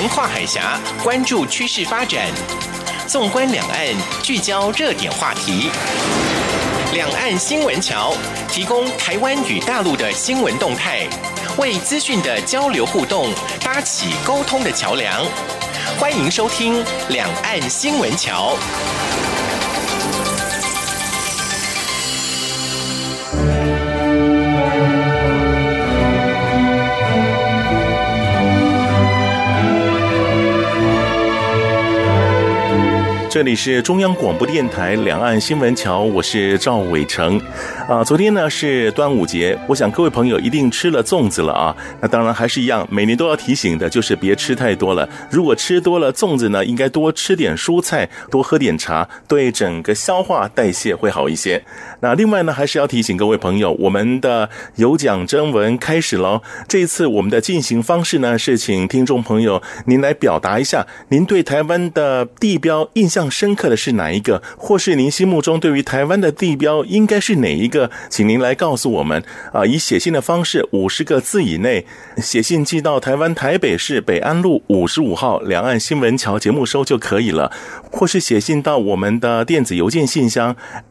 横跨海峡，关注趋势发展。纵观两岸，聚焦热点话题。两岸新闻桥提供台湾与大陆的新闻动态，为资讯的交流互动搭起沟通的桥梁。欢迎收听两岸新闻桥。 这里是中央广播电台两岸新闻桥，我是赵伟成。昨天呢是端午节，我想各位朋友一定吃了粽子了啊。那当然还是一样，每年都要提醒的，就是别吃太多了。如果吃多了粽子呢，应该多吃点蔬菜，多喝点茶，对整个消化代谢会好一些。那另外呢，还是要提醒各位朋友，我们的有奖征文开始咯。这一次我们的进行方式呢，是请听众朋友您来表达一下，您对台湾的地标印象深刻的是哪一个，或是您心目中对于台湾的地标应该是哪一个，请您来告诉我们以写信的方式50个字以内，写信寄到台湾台北市北安路55号两岸新闻桥节目收就可以了，或是写信到我们的电子邮件信箱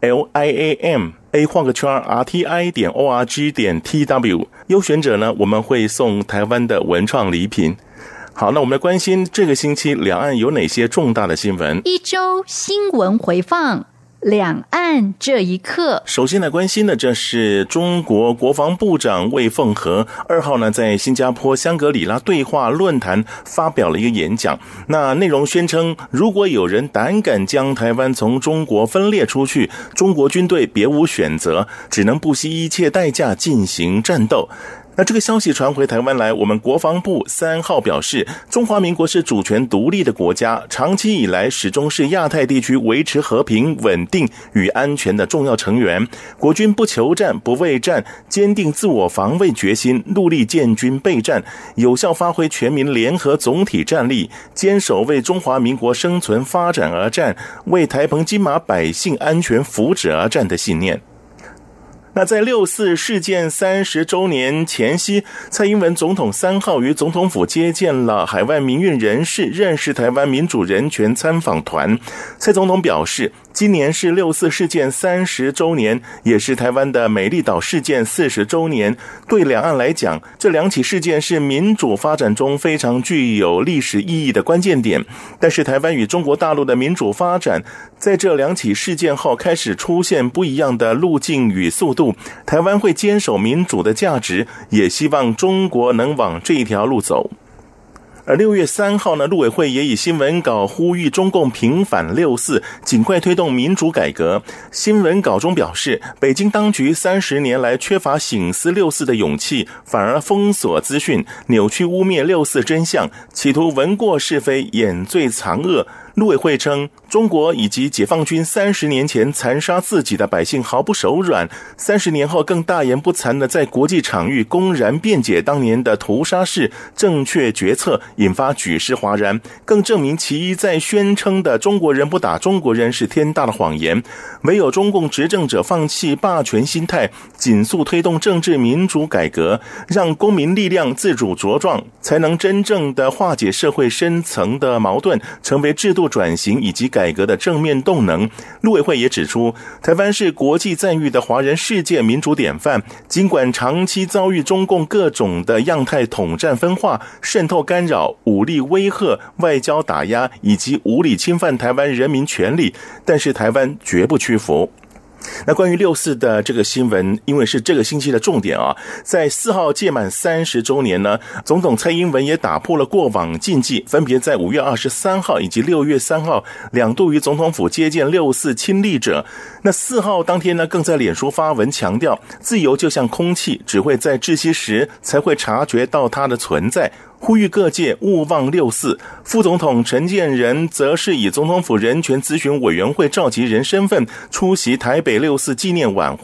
liam_RTI.org.tw， 优选者呢，我们会送台湾的文创礼品。好，那我们来关心这个星期两岸有哪些重大的新闻。 一周新闻回放，两岸这一刻。 首先来关心的，这是中国国防部长魏凤和2号呢，在新加坡香格里拉对话论坛发表了一个演讲。那内容宣称，如果有人胆敢将台湾从中国分裂出去，中国军队别无选择，只能不惜一切代价进行战斗。那这个消息传回台湾来，我们国防部3号表示，中华民国是主权独立的国家，长期以来始终是亚太地区维持和平稳定与安全的重要成员。国军不求战不畏战，坚定自我防卫决心，努力建军备战，有效发挥全民联合总体战力，坚守为中华民国生存发展而战，为台澎金马百姓安全福祉而战的信念。那在6·4事件30周年前夕，蔡英文总统3号于总统府接见了海外民运人士，认识台湾民主人权参访团。蔡总统表示，今年是6·4事件30周年，也是台湾的美丽岛事件40周年。对两岸来讲，这2起事件是民主发展中非常具有历史意义的关键点。但是台湾与中国大陆的民主发展，在这2起事件后开始出现不一样的路径与速度。台湾会坚守民主的价值，也希望中国能往这一条路走。而6月3号呢，陆委会也以新闻稿呼吁中共平反6·4，尽快推动民主改革。新闻稿中表示，北京当局30年来缺乏省思6·4的勇气，反而封锁资讯，扭曲污蔑6·4真相，企图闻过是非，掩罪藏恶。陆委会称，中国以及解放军30年前残杀自己的百姓毫不手软，30年后更大言不惭地在国际场域公然辩解当年的屠杀是正确决策，引发举世哗然，更证明其一再宣称的中国人不打中国人是天大的谎言。唯有中共执政者放弃霸权心态，紧速推动政治民主改革，让公民力量自主茁壮，才能真正的化解社会深层的矛盾，成为制度转型以及改革的正面动能。陆委会也指出，台湾是国际赞誉的华人世界民主典范，尽管长期遭遇中共各种的样态统战分化、渗透干扰、武力威吓、外交打压以及无理侵犯台湾人民权利，但是台湾绝不屈服。那关于6·4的这个新闻，因为是这个星期的重点啊，在4号届满30周年呢，总统蔡英文也打破了过往禁忌，分别在5月23号以及6月3号2度于总统府接见6·4亲历者。那4号当天呢，更在脸书发文强调，自由就像空气，只会在窒息时才会察觉到它的存在，呼吁各界勿忘6·4。副总统陈建仁则是以总统府人权咨询委员会召集人身份出席台北6·4纪念晚会，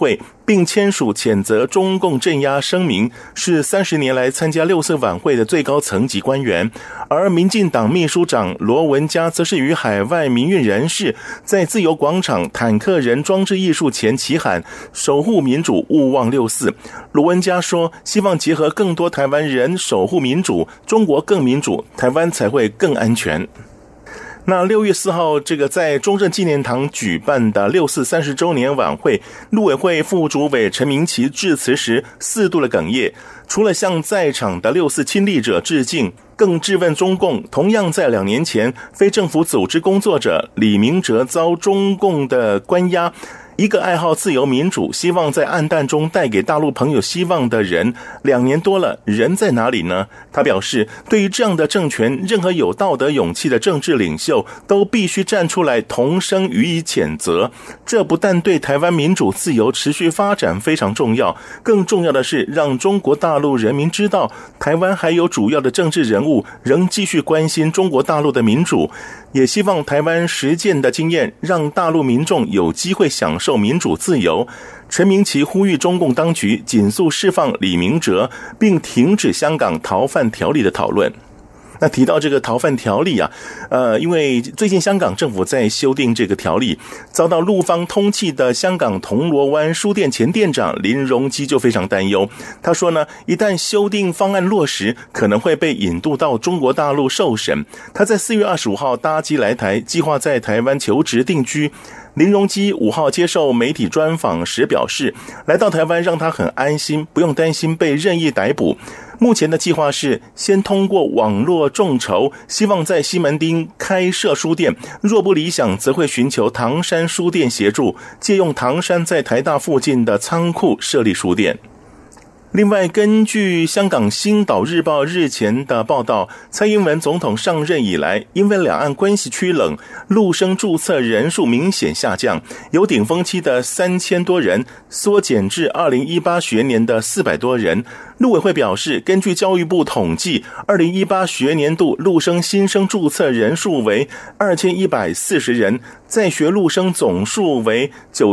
并签署谴责中共镇压声明，是30年来参加6次晚会的最高层级官员。而民进党秘书长罗文嘉则是与海外民运人士在自由广场坦克人装置艺术前齐喊守护民主，勿忘64。罗文嘉说，希望结合更多台湾人守护民主，中国更民主，台湾才会更安全。那6月4号，这个在中正纪念堂举办的6四30周年晚会，陆委会副主委陈明奇致辞时4度的哽咽，除了向在场的6四亲历者致敬，更质问中共同样在2年前非政府组织工作者李明哲遭中共的关押，一个爱好自由民主，希望在暗淡中带给大陆朋友希望的人，2年多了，人在哪里呢？他表示，对于这样的政权，任何有道德勇气的政治领袖都必须站出来同声予以谴责。这不但对台湾民主自由持续发展非常重要，更重要的是让中国大陆人民知道，台湾还有主要的政治人物仍继续关心中国大陆的民主，也希望台湾实践的经验让大陆民众有机会享受民主自由。陈明奇呼吁中共当局紧速释放李明哲，并停止香港逃犯条例的讨论。那提到这个逃犯条例啊，因为最近香港政府在修订这个条例，遭到陆方通缉的香港铜锣湾书店前店长林荣基就非常担忧。他说呢，一旦修订方案落实，可能会被引渡到中国大陆受审。他在4月25号搭机来台，计划在台湾求职定居。林荣基5号接受媒体专访时表示，来到台湾让他很安心，不用担心被任意逮捕。目前的计划是先通过网络众筹，希望在西门町开设书店，若不理想则会寻求唐山书店协助，借用唐山在台大附近的仓库设立书店。另外，根据香港星岛日报日前的报道，蔡英文总统上任以来，因为两岸关系趋冷，陆生注册人数明显下降，由顶峰期的3000多人缩减至2018学年的400多人。陆委会表示，根据教育部统计，2018学年度陆生新生注册人数为2140人，在学陆生总数为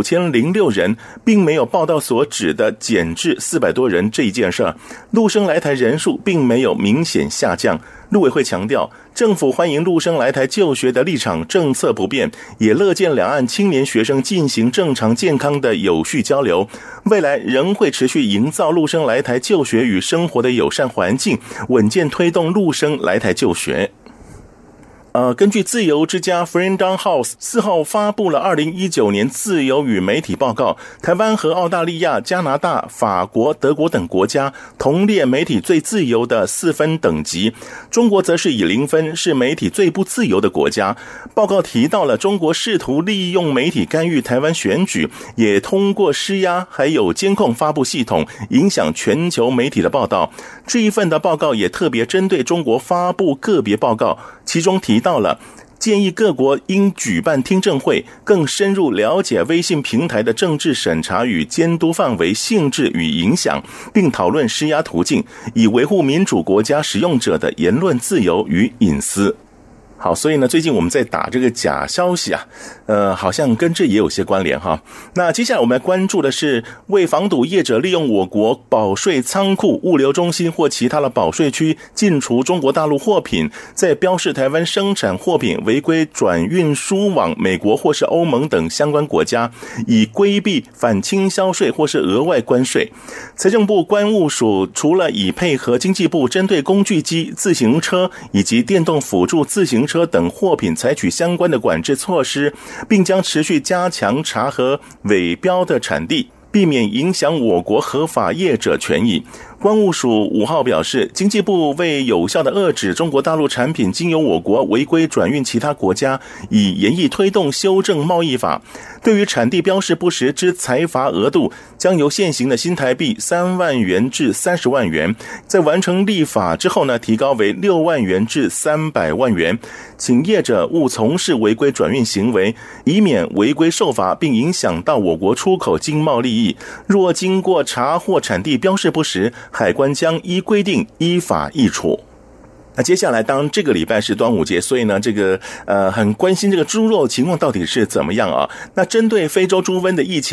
9006人，并没有报道所指的减至400多人这一件事。陆生来台人数并没有明显下降。陆委会强调，政府欢迎陆生来台就学的立场政策不变，也乐见两岸青年学生进行正常健康的有序交流，未来仍会持续营造陆生来台就学与生活的友善环境，稳健推动陆生来台就学。根据自由之家 Freedom House 4号发布了2019年自由与媒体报告，台湾和澳大利亚、加拿大、法国、德国等国家同列媒体最自由的4分等级，中国则是以0分，是媒体最不自由的国家。报告提到了中国试图利用媒体干预台湾选举，也通过施压还有监控发布系统影响全球媒体的报道。这一份的报告也特别针对中国发布个别报告，其中提到了建议各国应举办听证会，更深入了解微信平台的政治审查与监督范围、性质与影响，并讨论施压途径，以维护民主国家使用者的言论自由与隐私。好，所以呢，最近我们在打这个假消息啊，好像跟这也有些关联哈。那接下来我们来关注的是，为防堵业者利用我国保税仓库、物流中心或其他的保税区进出中国大陆货品，在标示台湾生产货品违规转运输往美国或是欧盟等相关国家，以规避反倾销税或是额外关税。财政部关务署除了已配合经济部针对工具机、自行车以及电动辅助自行车等货品采取相关的管制措施，并将持续加强查核伪标的产地，避免影响我国合法业者权益。关务署5号表示，经济部为有效地遏止中国大陆产品经由我国违规转运其他国家，以研议推动修正贸易法。对于产地标示不实之裁罚额度，将由现行的新台币3万元至30万元，在完成立法之后呢，提高为6万元至300万元。请业者勿从事违规转运行为，以免违规受罚，并影响到我国出口经贸利益。若经过查获产地标示不实，海关将依规定依法议处。那接下来，当这个礼拜是端午节，所以呢，这个很关心这个猪肉情况到底是怎么样啊？那针对非洲猪瘟的疫情，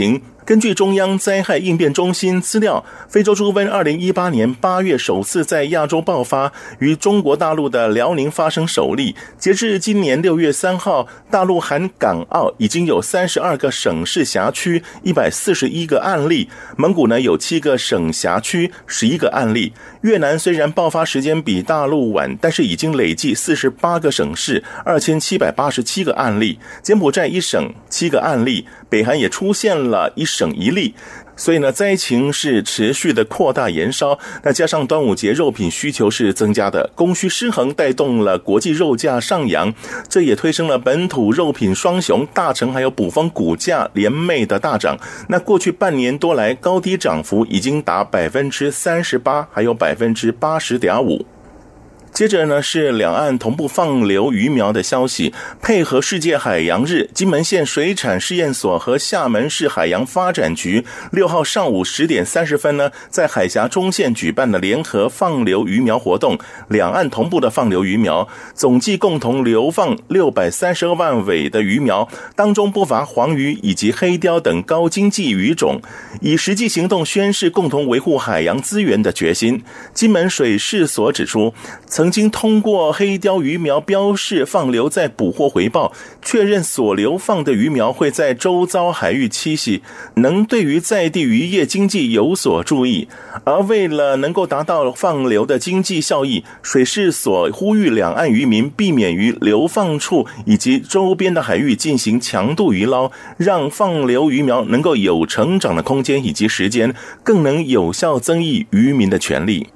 根据中央灾害应变中心资料，非洲猪瘟2018年8月首次在亚洲爆发，于中国大陆的辽宁发生首例。截至今年6月3号，大陆含港澳已经有32个省市辖区141个案例，蒙古呢有7个省辖区11个案例。越南虽然爆发时间比大陆晚，但是已经累计48个省市2787个案例。柬埔寨1省7个案例，北韩也出现了1省1例。所以呢，灾情是持续的扩大延烧，那加上端午节肉品需求是增加的，供需失衡带动了国际肉价上扬，这也推升了本土肉品双雄大成还有卜蜂股价联袂的大涨。那过去半年多来高低涨幅已经达 38% 还有 80.5%。接着呢是两岸同步放流鱼苗的消息，配合世界海洋日，金门县水产试验所和厦门市海洋发展局6号上午10点30分呢，在海峡中线举办了联合放流鱼苗活动，两岸同步的放流鱼苗，总计共同流放632万尾的鱼苗，当中不乏黄鱼以及黑鲷等高经济鱼种，以实际行动宣示共同维护海洋资源的决心。金门水试所指出，曾经通过黑鲷鱼苗标示放流再捕获回报，确认所流放的鱼苗会在周遭海域栖息，能对于在地渔业经济有所注意。而为了能够达到放流的经济效益，水试所呼吁两岸渔民避免于流放处以及周边的海域进行强度渔捞，让放流鱼苗能够有成长的空间以及时间，更能有效增益渔民的权利。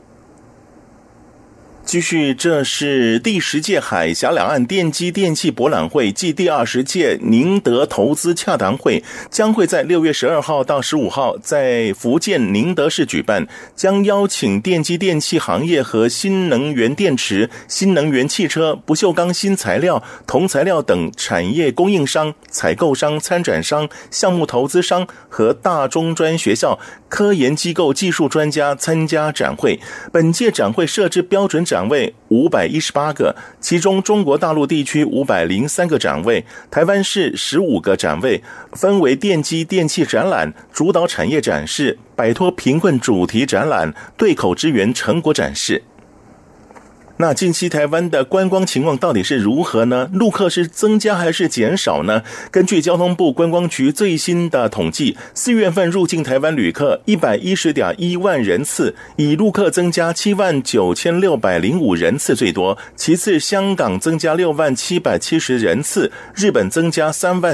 继续，这是第10届海峡两岸电机电气博览会暨第20届宁德投资洽谈会，将会在6月12号到15号在福建宁德市举办，将邀请电机电气行业和新能源电池、新能源汽车、不锈钢新材料、铜材料等产业供应商、采购商、参展商、项目投资商和大中专学校、科研机构技术专家参加展会。本届展会设置标准展位518个，其中中国大陆地区503个展位，台湾市15个展位，分为电机电气展览、主导产业展示、摆脱贫困主题展览、对口支援成果展示。那近期台湾的观光情况到底是如何呢？陆客是增加还是减少呢？根据交通部观光局最新的统计，4月份入境台湾旅客110.1万人次，以陆客增加79605人次最多，其次香港增加67770人次，日本增加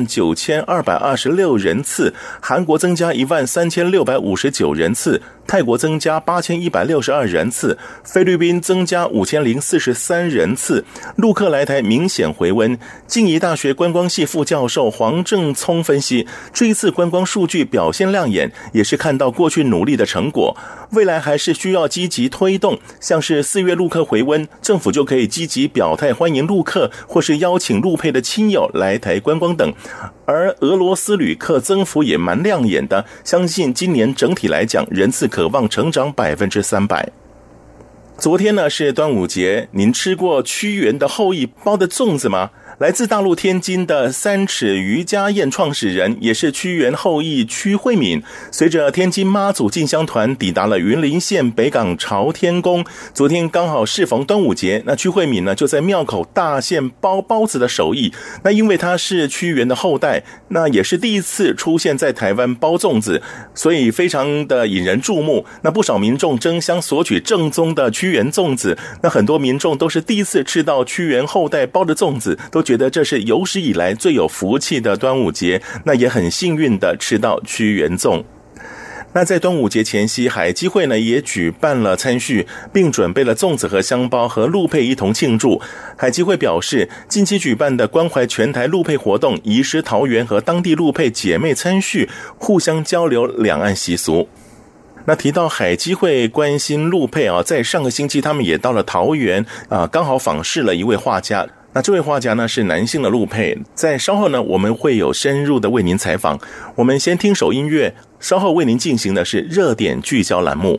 39226人次，韩国增加13659人次，泰国增加8162人次，菲律宾增加5043人次。陆客来台明显回温。静宜大学观光系副教授黄正聪分析，这一次观光数据表现亮眼，也是看到过去努力的成果，未来还是需要积极推动，像是4月陆客回温，政府就可以积极表态欢迎陆客，或是邀请陆配的亲友来台观光等。而俄罗斯旅客增幅也蛮亮眼的，相信今年整体来讲人次可望成长300%。昨天呢是端午节，您吃过屈原的后羿包的粽子吗？来自大陆天津的3尺瑜伽宴创始人，也是屈原后羿屈慧敏，随着天津妈祖进香团抵达了云林县北港朝天宫。昨天刚好适逢端午节，那屈慧敏呢就在庙口大献包包子的手艺。那因为他是屈原的后代，那也是第一次出现在台湾包粽子，所以非常的引人注目。那不少民众争相索取正宗的屈原粽子，那很多民众都是第一次吃到屈原后代包的粽子，都觉得这是有史以来最有福气的端午节，那也很幸运的吃到屈原粽。那在端午节前夕，海基会呢也举办了餐叙，并准备了粽子和香包和陆配一同庆祝。海基会表示，近期举办的关怀全台陆配活动，移师桃园和当地陆配姐妹餐叙，互相交流两岸习俗。那提到海基会关心陆配在上个星期他们也到了桃园刚好访视了一位画家。那这位画家呢是男性的陆配，在稍后呢我们会有深入的为您采访。我们先听首音乐，稍后为您进行的是热点聚焦栏目。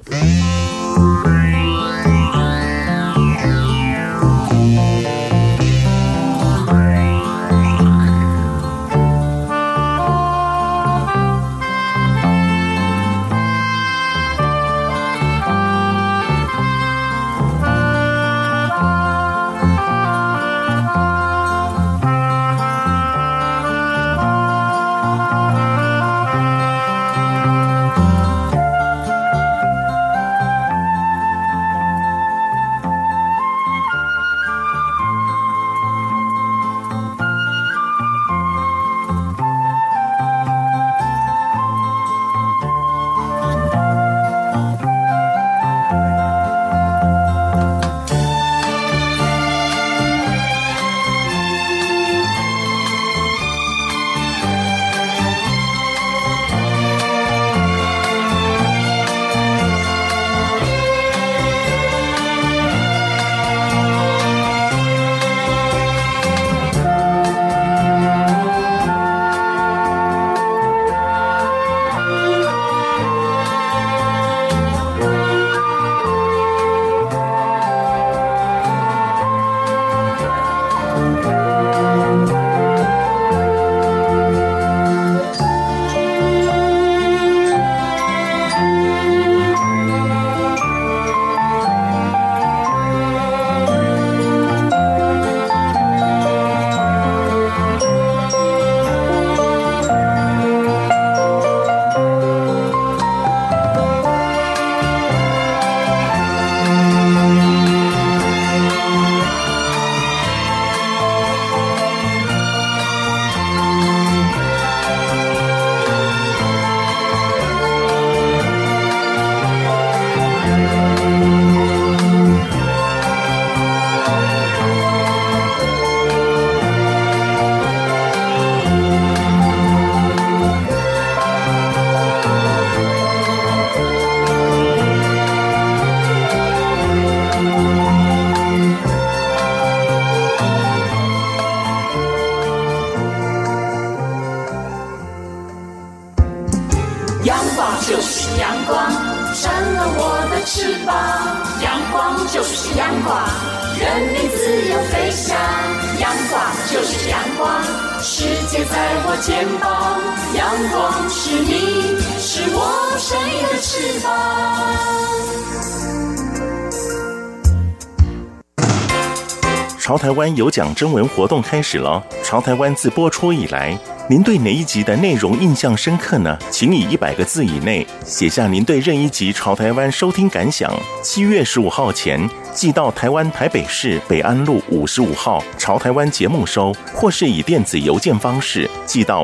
人民自由飞翔，阳光就是阳光，世界在我肩膀，阳光是你，是我生命的翅膀。潮台湾有奖征文活动开始了。潮台湾自播出以来，您对哪一集的内容印象深刻呢？请以100个字以内写下您对任一集潮台湾收听感想。7月15号前寄到台湾台北市北安路55号潮台湾节目收，或是以电子邮件方式寄到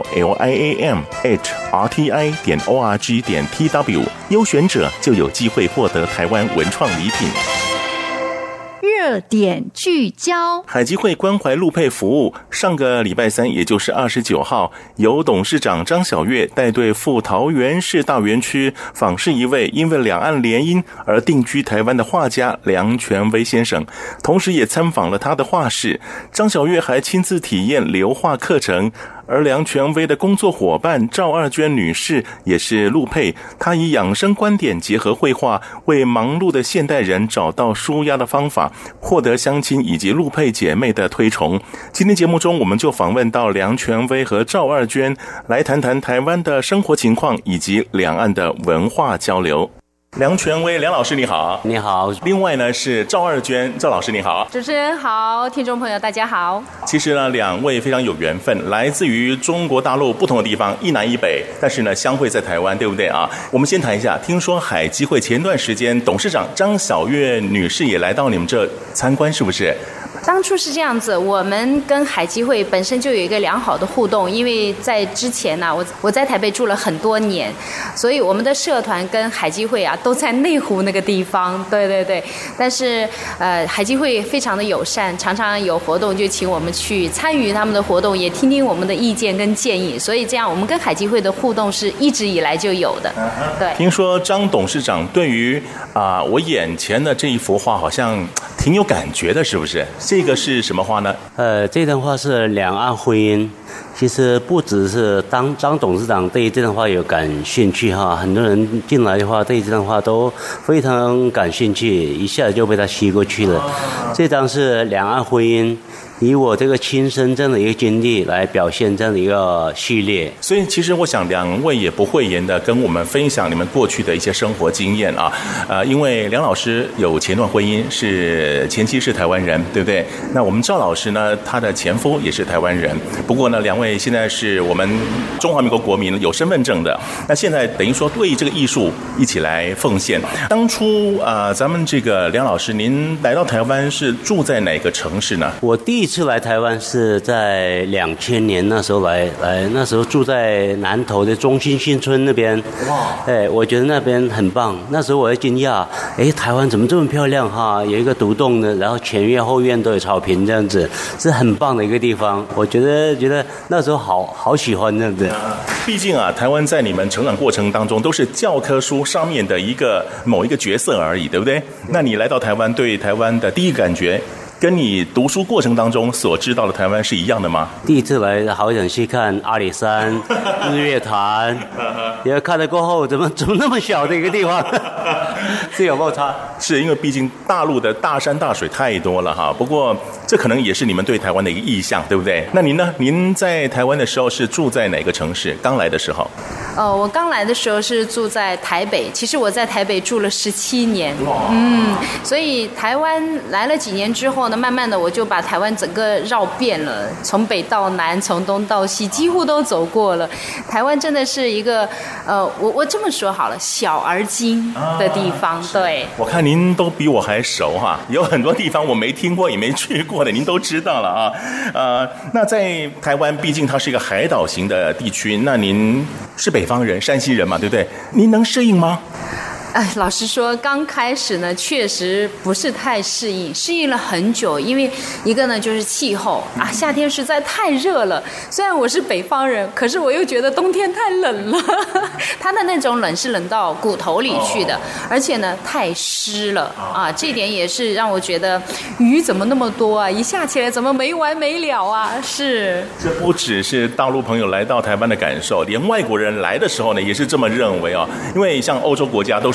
liam@rti.org.tw， 优选者就有机会获得台湾文创礼品。 热点聚焦， 海基会关怀陆配服务，上个礼拜三，也就是29号，由董事长张晓月带队赴桃园市大园区访视一位因为两岸联姻而定居台湾的画家梁权威先生，同时也参访了他的画室。张晓月还亲自体验留画课程。而梁权威的工作伙伴赵二娟女士也是陆配，她以养生观点结合绘画，为忙碌的现代人找到抒压的方法，获得乡亲以及陆配姐妹的推崇。今天节目中，我们就访问到梁权威和赵二娟，来谈谈台湾的生活情况以及两岸的文化交流。梁权威，梁老师你好。 你好。 另外呢是赵二娟，赵老师你好。 主持人好，听众朋友大家好。 其实呢，两位非常有缘分，来自于中国大陆不同的地方，一南一北，但是呢相会在台湾，对不对啊？我们先谈一下，听说海基会前段时间董事长张晓月女士也来到你们这参观，是不是？ 当初是这样子，我们跟海基会本身就有一个良好的互动，因为在之前呢，我在台北住了很多年，所以我们的社团跟海基会啊都在内湖那个地方，对。但是海基会非常的友善，常常有活动就请我们去参与他们的活动，也听听我们的意见跟建议，所以这样我们跟海基会的互动是一直以来就有的。对。 听说张董事长对于我眼前的这一幅画好像挺有感觉的，是不是？这个是什么画呢？ 这段画是两岸婚姻。其实不只是张董事长对这段画有感兴趣哈，很多人进来的话对这段画都非常感兴趣，一下就被他吸过去了。这张是两岸婚姻，以我这个亲身这样的一个经历来表现这样的一个系列。 所以其实我想两位也不讳言的跟我们分享你们过去的一些生活经验啊。因为梁老师有前段婚姻，是前妻是台湾人，对不对？那我们赵老师呢，他的前夫也是台湾人，不过呢两位现在是我们中华民国国民，有身份证的。那现在等于说对这个艺术一起来奉献。当初咱们这个梁老师，您来到台湾是住在哪个城市呢？ 我第一次来台湾是在2000年那时候来，那时候住在南投的中心新村那边。哇！我觉得那边很棒。那时候我会惊讶，台湾怎么这么漂亮哈？有一个独栋的，然后前院后院都有草坪，这样子是很棒的一个地方。我觉得那时候好喜欢这样子。 毕竟台湾在你们成长过程当中都是教科书上面的某一个角色而已，对不对？那你来到台湾，对台湾的第一感觉，跟你读书过程当中所知道的台湾是一样的吗？ 第一次来好想去看阿里山、日月潭，也看了过后，怎么那么小的一个地方，是有落差。 是因为毕竟大陆的大山大水太多了哈。不过这可能也是你们对台湾的一个意向，对不对？那您呢？您在台湾的时候是住在哪个城市？刚来的时候？ 我刚来的时候是住在台北，其实我在台北住了17年。所以台湾来了几年之后呢，慢慢的我就把台湾整个绕遍了，从北到南，从东到西，几乎都走过了。台湾真的是一个我这么说好了，小而精的地方。对， 我看您都比我还熟哈，有很多地方我没听过也没去过的，您都知道了啊。那在台湾，毕竟它是一个海岛型的地区，那您是北方人，山西人嘛，对不对？您能适应吗？ 老实说，刚开始呢，确实不是太适应了很久。因为一个呢就是气候夏天实在太热了。虽然我是北方人，可是我又觉得冬天太冷了。它的那种冷是冷到骨头里去的，而且呢太湿了这点也是让我觉得雨怎么那么多啊？一下起来怎么没完没了啊？是。 这不只是大陆朋友来到台湾的感受，连外国人来的时候呢也是这么认为因为像欧洲国家都是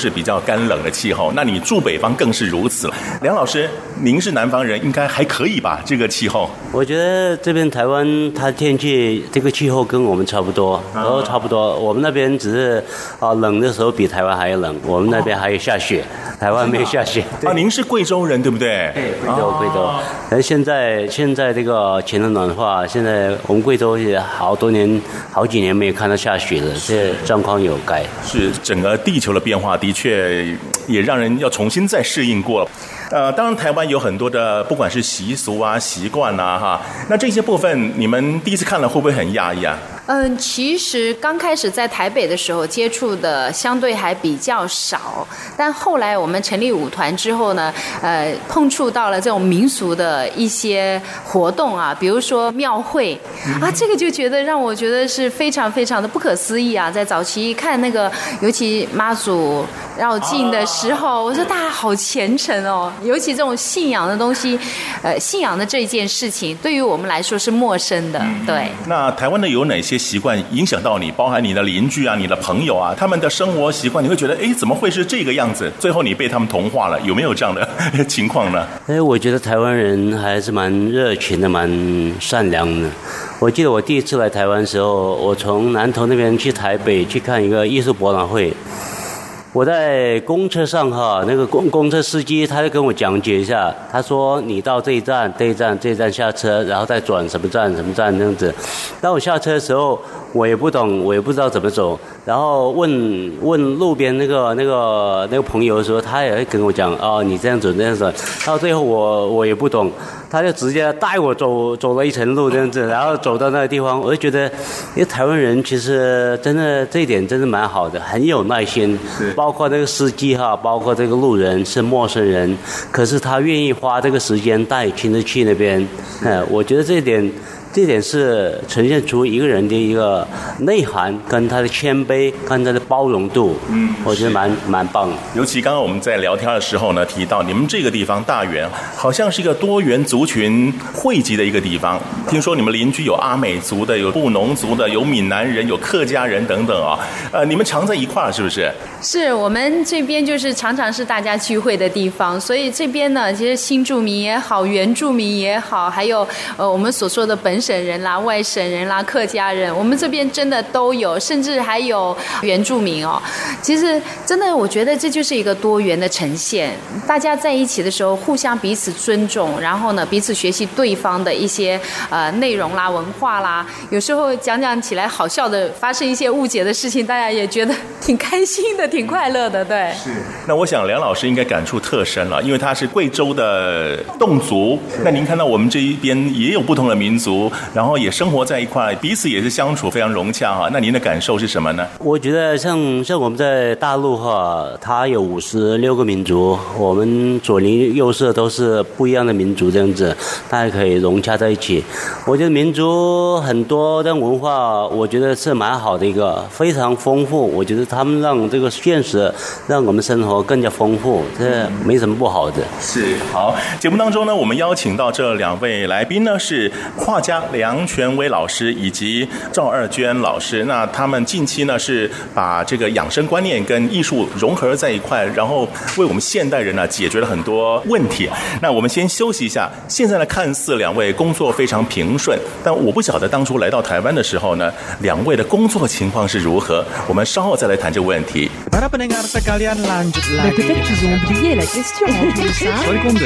是比较干冷的气候，那你住北方更是如此了。梁老师，您是南方人，应该还可以吧？这个气候， 我觉得这边台湾它天气这个气候跟我们差不多，都差不多。我们那边只是冷的时候比台湾还要冷，我们那边还有下雪，台湾没有下雪。 您是贵州人对不对？ 对，贵州。但现在这个前冷暖化，现在我们贵州也好几年没有看到下雪了，这状况有改。 是整个地球的变化，的确也让人要重新再适应过了。当然台湾有很多的不管是习俗啊、习惯啊哈，那这些部分你们第一次看了会不会很讶异啊？ 其实刚开始在台北的时候接触的相对还比较少，但后来我们成立舞团之后呢，碰触到了这种民俗的一些活动啊，比如说庙会啊，这个就让我觉得是非常非常的不可思议啊！在早期看那个，尤其妈祖绕境的时候，我说大家好虔诚哦，尤其这种信仰的东西，信仰的这件事情，对于我们来说是陌生的。对。 那台湾的有哪些习惯影响到你？包含你的邻居啊、你的朋友啊，他们的生活习惯，你会觉得，怎么会是这个样子？最后你被他们同化了，有没有这样的情况呢？ 我觉得台湾人还是蛮热情的，蛮善良的。我记得我第一次来台湾的时候，我从南投那边去台北去看一个艺术博览会。我在公车上那个公车司机他就跟我讲解一下，他说你到这一站下车，然后再转什么站这样子。当我下车的时候，我也不懂，我也不知道怎么走，然后问路边那个朋友的时候，他也会跟我讲你这样走。到最后我也不懂，他就直接带我走了一程路这样子，然后走到那个地方，我就觉得，因为台湾人其实真的这一点真的蛮好的，很有耐心。包括这个司机包括这个路人是陌生人，可是他愿意花这个时间带你亲自去那边。我觉得这一点是呈现出一个人的一个内涵，跟他的谦卑，跟他的包容度。我觉得蛮棒的。 尤其刚刚我们在聊天的时候呢，提到你们这个地方大园好像是一个多元族群汇集的一个地方。听说你们邻居有阿美族的，有布农族的，有闽南人，有客家人等等啊。你们常在一块儿是不是？ 是，我们这边就是常常是大家聚会的地方，所以这边呢，其实新住民也好，原住民也好，还有我们所说的本省人啦、外省人啦、客家人，我们这边真的都有，甚至还有原住民哦。其实真的，我觉得这就是一个多元的呈现。大家在一起的时候，互相彼此尊重，然后呢，彼此学习对方的一些内容啦、文化啦。有时候讲起来好笑的，发生一些误解的事情，大家也觉得挺开心的。挺快乐的，对。 是。那我想梁老师应该感触特深了，因为他是贵州的侗族。那您看到我们这一边也有不同的民族，然后也生活在一块，彼此也是相处非常融洽哈。那您的感受是什么呢？ 我觉得像我们在大陆它有56个民族，我们左邻右舍都是不一样的民族，这样子大家可以融洽在一起。我觉得民族很多的文化，我觉得是蛮好的一个，非常丰富。我觉得他们让这个现实让我们生活更加丰富，这没什么不好的。 是。好，节目当中呢，我们邀请到这2位来宾呢，是画家梁权威老师以及赵二娟老师。那他们近期呢是把这个养生观念跟艺术融合在一块，然后为我们现代人呢解决了很多问题。那我们先休息一下。现在呢，看似2位工作非常平顺，但我不晓得当初来到台湾的时候呢，2位的工作情况是如何。我们稍后再来谈这个问题。 Para pendengar sekalian, lanjut lagi. Peut-être qu'ils ont oublié la question en plus, hein?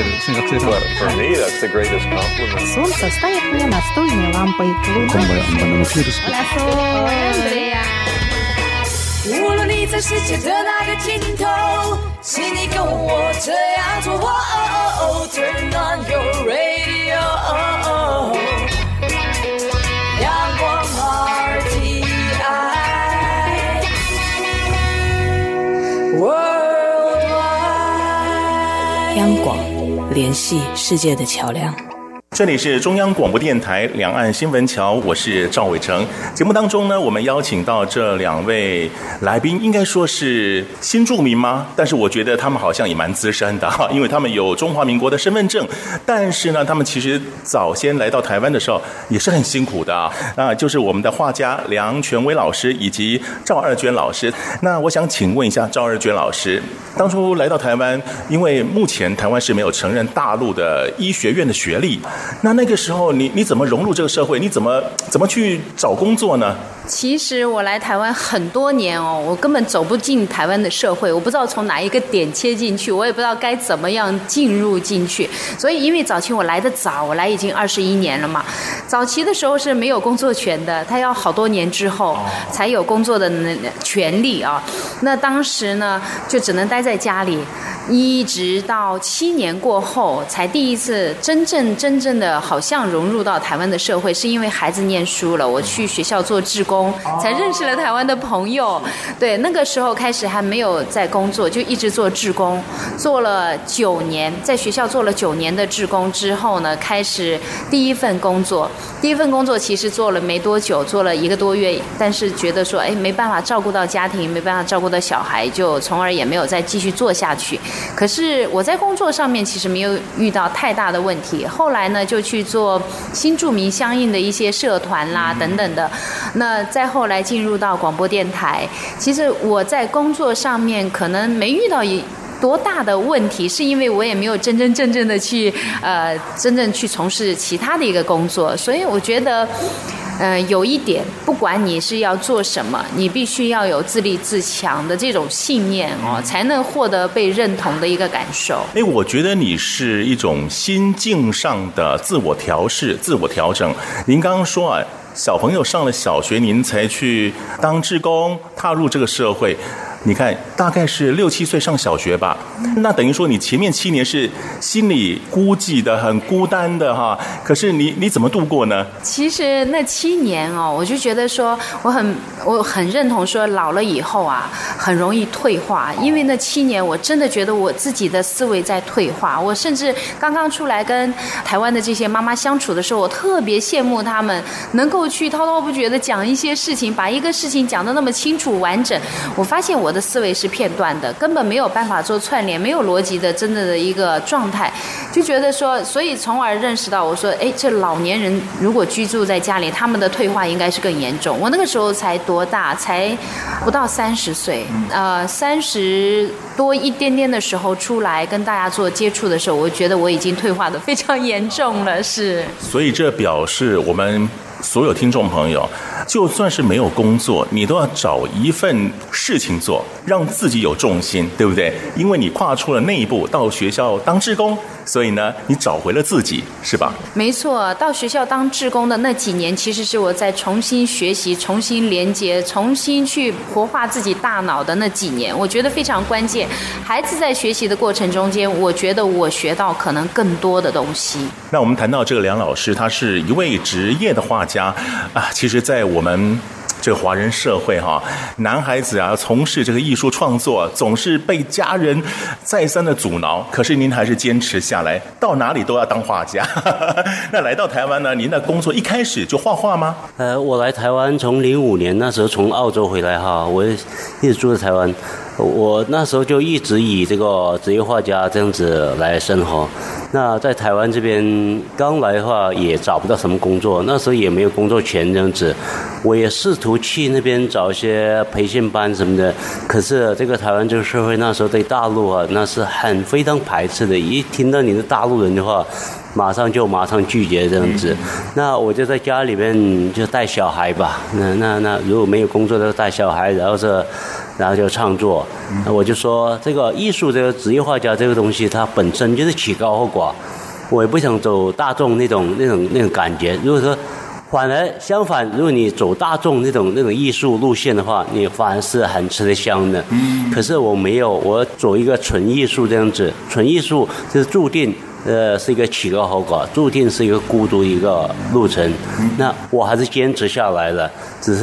For me, that's the greatest compliment. Солнце стоит мне настольной лампой. Hola, Andrea. 无论你在世界的哪个尽头，请你跟我这样做。Turn on your radio. 阳光 RTI Worldwide。 央广，联系世界的桥梁。 这里是中央广播电台两岸新闻桥，我是赵伟成。节目当中呢，我们邀请到这2位来宾，应该说是新住民吗？但是我觉得他们好像也蛮资深的哈，因为他们有中华民国的身份证。但是呢，他们其实早先来到台湾的时候也是很辛苦的啊，就是我们的画家梁权威老师以及赵二娟老师。那我想请问一下赵二娟老师，当初来到台湾，因为目前台湾是没有承认大陆的医学院的学历。那个时候你怎么融入这个社会？你怎么去找工作呢？ 其实我来台湾很多年我根本走不进台湾的社会，我不知道从哪一个点切进去，我也不知道该怎么样进入进去。所以因为早期我来得早，我来已经21年了嘛。早期的时候是没有工作权的，他要好多年之后才有工作的权利啊。那当时呢，就只能待在家里。一直到7年过后，才第一次真正的好像融入到台湾的社会，是因为孩子念书了，我去学校做志工，才认识了台湾的朋友。对，那个时候开始还没有在工作，就一直做志工，做了9年，在学校做了9年的志工之后呢，开始第一份工作。第一份工作其实做了没多久，做了1个多月，但是觉得说，没办法照顾到家庭，没办法照顾到小孩，就从而也没有再继续做下去。可是我在工作上面其实没有遇到太大的问题，后来呢就去做新住民相应的一些社团啦等等的，那再后来进入到广播电台。其实我在工作上面可能没遇到多大的问题，是因为我也没有真正的去真正去从事其他的一个工作，所以我觉得有一点，不管你是要做什么，你必须要有自立自强的这种信念才能获得被认同的一个感受。 我觉得你是一种心境上的自我调试、自我调整。您刚刚说小朋友上了小学，您才去当志工，踏入这个社会。你看，大概是6、7岁上小学吧，那等于说你前面7年是心里孤寂的、很孤单的哈。可是你怎么度过呢？ 其实那7年我就觉得说，我很认同说，老了以后很容易退化，因为那7年我真的觉得我自己的思维在退化。我甚至刚刚出来跟台湾的这些妈妈相处的时候，我特别羡慕他们能够去滔滔不绝的讲一些事情，把一个事情讲得那么清楚完整。我发现我的思维是片段的，根本没有办法做串联，没有逻辑的真正的一个状态，就觉得说，所以从而认识到，我说这老年人如果居住在家里，他们的退化应该是更严重。我那个时候才多大，才不到30岁，30多一点点的时候出来跟大家做接触的时候，我觉得我已经退化的非常严重了。是， 所以这表示我们所有听众朋友，就算是没有工作，你都要找一份事情做，让自己有重心，对不对？因为你跨出了那一步，到学校当志工，所以呢，你找回了自己，是吧？ 没错，到学校当志工的那几年，其实是我在重新学习、重新连接、重新去活化自己大脑的那几年，我觉得非常关键。孩子在学习的过程中间，我觉得我学到可能更多的东西。 那我们谈到这个梁老师，他是一位职业的画家其实在我们这个华人社会男孩子从事这个艺术创作总是被家人再三的阻挠，可是您还是坚持下来，到哪里都要当画家。那来到台湾呢，您的工作一开始就画画吗？ 我来台湾从05年那时候从澳洲回来我一直住在台湾，我那时候就一直以这个职业画家这样子来生活。那在台湾这边刚来的话也找不到什么工作，那时候也没有工作权这样子，我也试图去那边找一些培训班什么的，可是这个台湾这个社会那时候对大陆那是非常排斥的，一听到你是大陆人的话马上拒绝这样子。那我就在家里面就带小孩吧，那如果没有工作就带小孩，然后就创作。我就说这个艺术这个职业画家这个东西，它本身就是曲高和寡，我也不想走大众那种感觉。如果说反而相反，如果你走大众那种艺术路线的话，你反而是很吃得香的。可是我没有，我走一个纯艺术这样子，纯艺术就是注定是一个曲高和寡，注定是一个孤独一个路程。那我还是坚持下来了，只是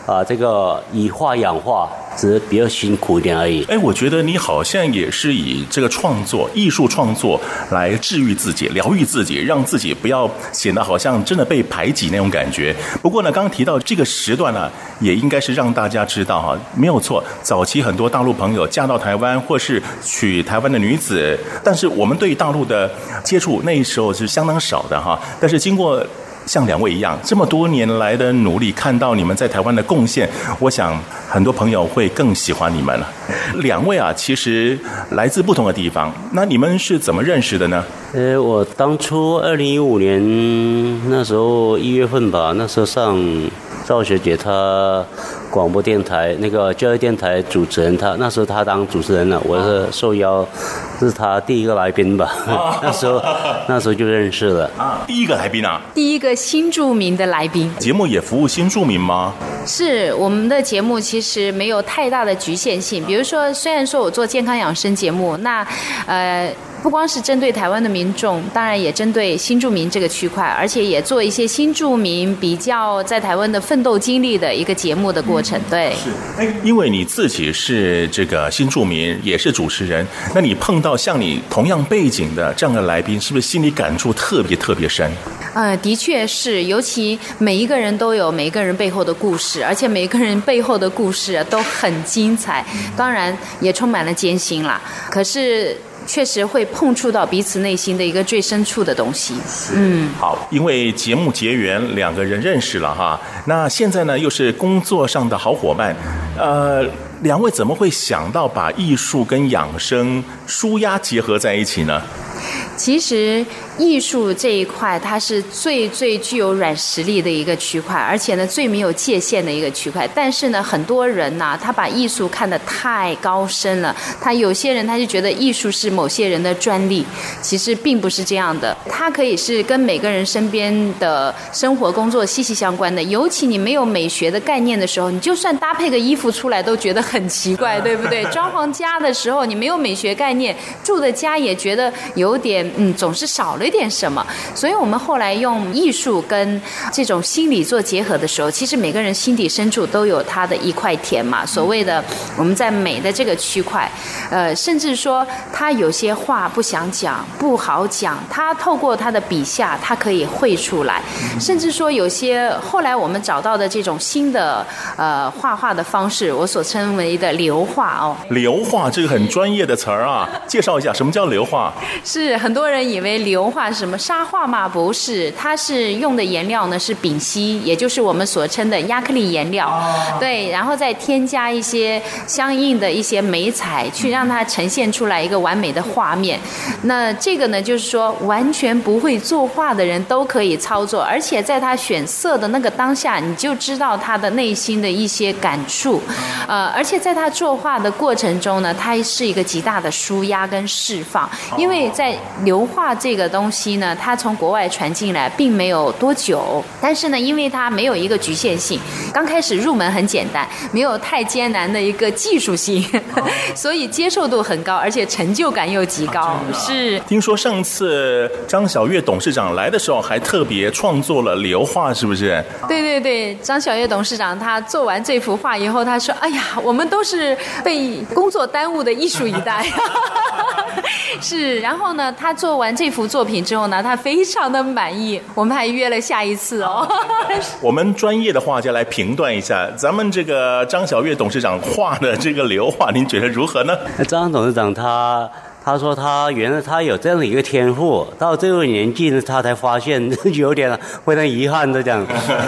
这个以化养化，只是比较辛苦一点而已。 我觉得你好像也是以这个创作、艺术创作来治愈自己、疗愈自己，让自己不要显得好像真的被排挤那种感觉。不过呢，刚刚提到这个时段呢，也应该是让大家知道哈，没有错。早期很多大陆朋友嫁到台湾，或是娶台湾的女子，但是我们对大陆的接触那时候是相当少的哈。但是经过像两位一样这么多年来的努力，看到你们在台湾的贡献，我想很多朋友会更喜欢你们了。两位啊，其实来自不同的地方，那你们是怎么认识的呢？ 我当初2015年那时候1月份吧，那时候上赵学姐她广播电台那个教育电台主持人，那时候她当主持人了，我是受邀，是她第一个来宾吧，那时候就认识了第一个来宾啊， 第一个新住民的来宾。 节目也服务新住民吗？ 是，我们的节目其实没有太大的局限性，比如说虽然说我做健康养生节目，那不光是针对台湾的民众，当然也针对新住民这个区块，而且也做一些新住民比较在台湾的奋斗经历的一个节目的过程。对， 是，因为你自己是这个新住民，也是主持人，那你碰到像你同样背景的这样的来宾，是不是心里感触特别深？ 的确是，尤其每一个人都有每一个人背后的故事，而且每一个人背后的故事都很精彩，当然也充满了艰辛啦。可是确实会碰触到彼此内心的一个最深处的东西。 好，因为节目结缘，两个人认识了哈，那现在呢又是工作上的好伙伴，两位怎么会想到把艺术跟养生、舒压结合在一起呢？ 其实艺术这一块，它是最具有软实力的一个区块，而且呢最没有界限的一个区块。但是呢，很多人呢，他把艺术看得太高深了。有些人他就觉得艺术是某些人的专利，其实并不是这样的。它可以是跟每个人身边的生活工作息息相关的。尤其你没有美学的概念的时候，你就算搭配个衣服出来都觉得很奇怪，对不对？装潢家的时候，你没有美学概念，住的家也觉得有点总是少了一点什么。所以我们后来用艺术跟这种心理做结合的时候，其实每个人心底深处都有他的一块田嘛。所谓的我们在美的这个区块，甚至说他有些话不想讲，不好讲，他透过他的笔下，他可以绘出来。甚至说有些后来我们找到的这种新的画画的方式，我所称为的流画哦。 流画这个很专业的词儿啊，介绍一下什么叫流画？ 是很多人以为流画是什么沙画嘛？不是，它是用的颜料呢是丙烯，也就是我们所称的亚克力颜料。对，然后再添加一些相应的一些媒材，去让它呈现出来一个完美的画面。那这个呢，就是说完全不会作画的人都可以操作，而且在他选色的那个当下，你就知道他的内心的一些感触。而且在他作画的过程中呢，它是一个极大的抒压跟释放。因为在流画这个东西呢，它从国外传进来并没有多久，但是呢，因为它没有一个局限性，刚开始入门很简单，没有太艰难的一个技术性，所以接受度很高，而且成就感又极高。是。 听说上次张晓月董事长来的时候，还特别创作了流画，是不是？ 对对对，张晓月董事长他做完这幅画以后，他说：“哎呀，我们都是被工作耽误的艺术一代。”是，然后呢，他做完这幅作品之后呢，他非常的满意，我们还约了下一次哦。 我们专业的画家来评断一下，咱们这个张晓月董事长画的这个流画，您觉得如何呢？ 张董事长他说他原来他有这样的一个天赋，到这个年纪呢，他才发现有点非常遗憾的讲，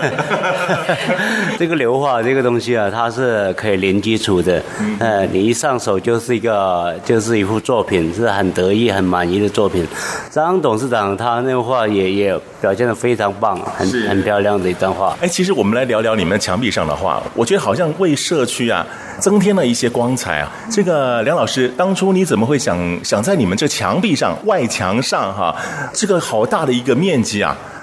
这个流画这个东西啊，它是可以零基础的，你一上手就是一幅作品，是很得意、很满意的作品。张董事长他那画也表现得非常棒，很漂亮的一张画。 其实我们来聊聊你们墙壁上的画，我觉得好像为社区啊增添了一些光彩啊。这个梁老师，当初你怎么会想在你们这墙壁上、外墙上这个好大的一个面积啊，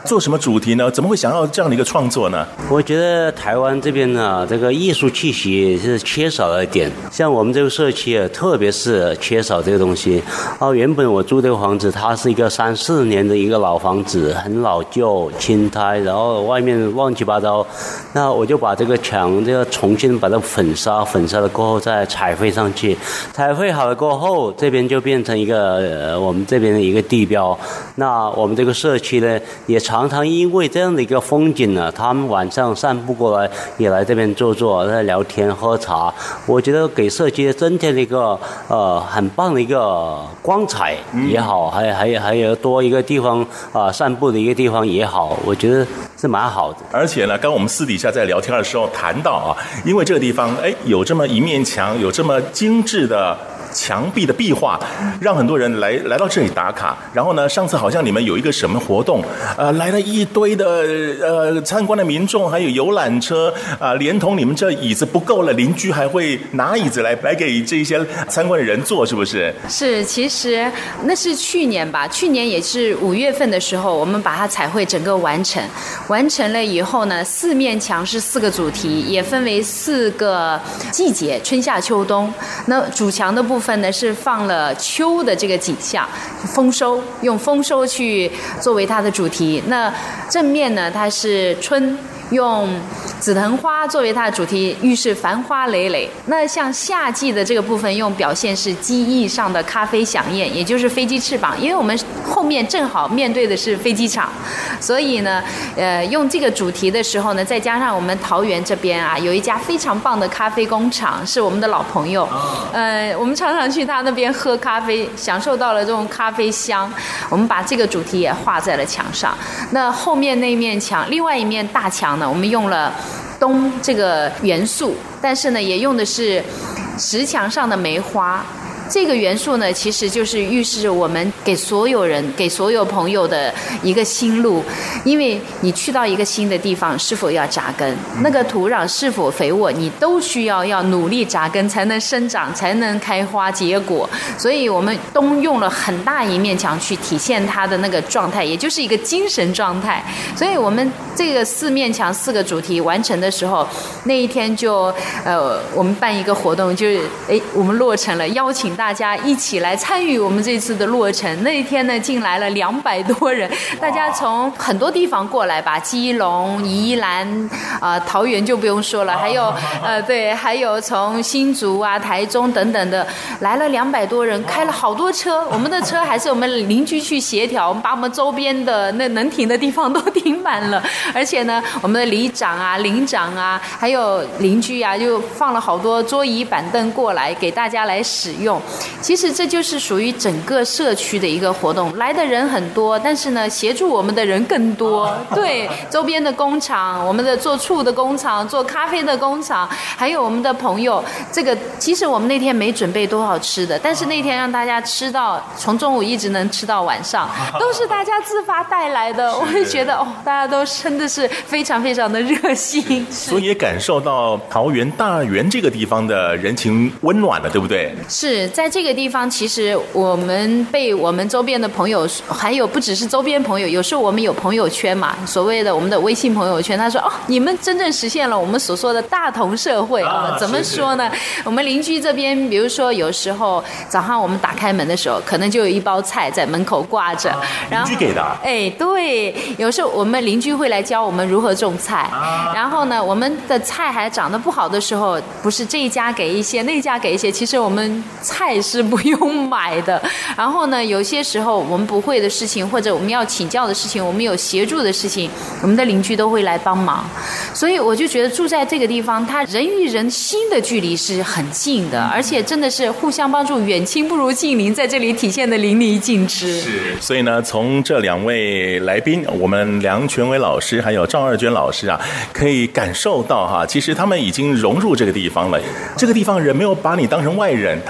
做什么主题呢？怎么会想要这样的一个创作呢？ 我觉得台湾这边呢，这个艺术气息是缺少了一点。像我们这个社区啊，特别是缺少这个东西。原本我住这个房子，它是一个3-4年的一个老房子，很老旧、青苔，然后外面乱七八糟。那我就把这个墙重新把它粉刷了过后再彩绘上去。彩绘好了过后，这边就变成一个我们这边的一个地标。那我们这个社区呢，也常常因为这样的一个风景呢，他们晚上散步过来，也来这边坐在聊天喝茶。我觉得给社区增添了一个很棒的一个光彩也好，还有多一个地方散步的一个地方也好，我觉得是蛮好的。 而且呢，刚我们私底下在聊天的时候谈到因为这个地方有这么一面墙，有这么精致的墙壁的壁画，让很多人来到这里打卡。然后呢，上次好像你们有一个什么活动，来了一堆的参观的民众，还有游览车连同你们这椅子不够了，邻居还会拿椅子来给这些参观的人坐，是不是？ 是，其实那是去年吧，去年也是5月份的时候，我们把它彩绘整个完成了以后呢，4面墙是4个主题，也分为4个季节，春夏秋冬。那主墙的部分呢是放了秋的这个景象，丰收，用丰收去作为它的主题。那正面呢它是春，用紫藤花作为它的主题，预示繁花累累。那像夏季的这个部分，用表现是机翼上的咖啡响宴，也就是飞机翅膀，因为我们后面正好面对的是飞机场，所以呢用这个主题的时候呢，再加上我们桃园这边有一家非常棒的咖啡工厂，是我们的老朋友，我们常常去他那边喝咖啡，享受到了这种咖啡香。我们把这个主题也画在了墙上。那后面那面墙，另外一面大墙呢，我们用了冬这个元素，但是呢也用的是石墙上的梅花。这个元素呢，其实就是预示我们给所有人、给所有朋友的一个新路。因为你去到一个新的地方，是否要扎根，那个土壤是否肥沃，你都需要努力扎根，才能生长，才能开花结果。所以我们东用了很大一面墙去体现它的那个状态，也就是一个精神状态。所以我们这个4面墙4个主题完成的时候，那一天就我们办一个活动，就是我们落成了，邀请大家一起来参与我们这次的落成。那一天呢，进来了200多人，大家从很多地方过来吧，基隆、宜兰桃园就不用说了，还有对，还有从新竹台中等等的，来了200多人，开了好多车。我们的车还是我们邻居去协调，我们把我们周边的那能停的地方都停满了。而且呢，我们的里长邻长还有邻居就放了好多桌椅板凳过来给大家来使用。其实这就是属于整个社区的一个活动，来的人很多，但是呢协助我们的人更多。对，周边的工厂，我们的做醋的工厂，做咖啡的工厂，还有我们的朋友，这个其实我们那天没准备多少吃的，但是那天让大家吃到从中午一直能吃到晚上，都是大家自发带来的。我会觉得大家都真的是非常非常的热心， 所以也感受到桃园大园这个地方的人情温暖了，对不对？ 是在这个地方，其实我们被我们周边的朋友，还有不只是周边朋友，有时候我们有朋友圈嘛，所谓的我们的微信朋友圈，他说你们真正实现了我们所说的大同社会。怎么说呢？我们邻居这边，比如说有时候早上我们打开门的时候，可能就有一包菜在门口挂着， 邻居给的。 对，有时候我们邻居会来教我们如何种菜，然后呢，我们的菜还长得不好的时候，不是这一家给一些，那一家给一些，其实我们菜是不用买的。然后呢，有些时候我们不会的事情，或者我们要请教的事情，我们有协助的事情，我们的邻居都会来帮忙。所以我就觉得住在这个地方，它人与人心的距离是很近的，而且真的是互相帮助，远亲不如近邻，在这里体现的淋漓尽致。 是，所以呢，从这2位来宾，我们梁权威老师还有赵二娟老师可以感受到其实他们已经融入这个地方了。这个地方人没有把你当成外人，他把你当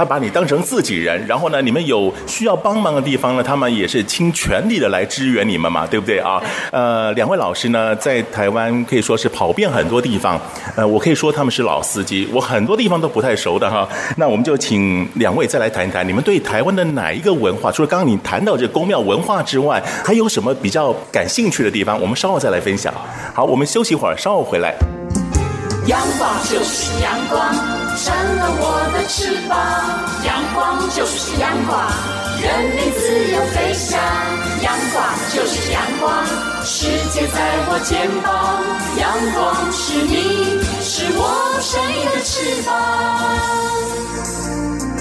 当成自己人，然后呢，你们有需要帮忙的地方呢，他们也是倾全力的来支援你们嘛，对不对啊？两位老师呢，在台湾可以说是跑遍很多地方，我可以说他们是老司机，我很多地方都不太熟的哈。那我们就请两位再来谈一谈，你们对台湾的哪一个文化，除了刚刚你谈到这宫庙文化之外，还有什么比较感兴趣的地方？我们稍后再来分享。好，我们休息一会儿，稍后回来。 阳光就是阳光，成了我的翅膀。阳光就是阳光，人民自由飞翔。阳光就是阳光，世界在我肩膀。阳光是你，是我生命的翅膀。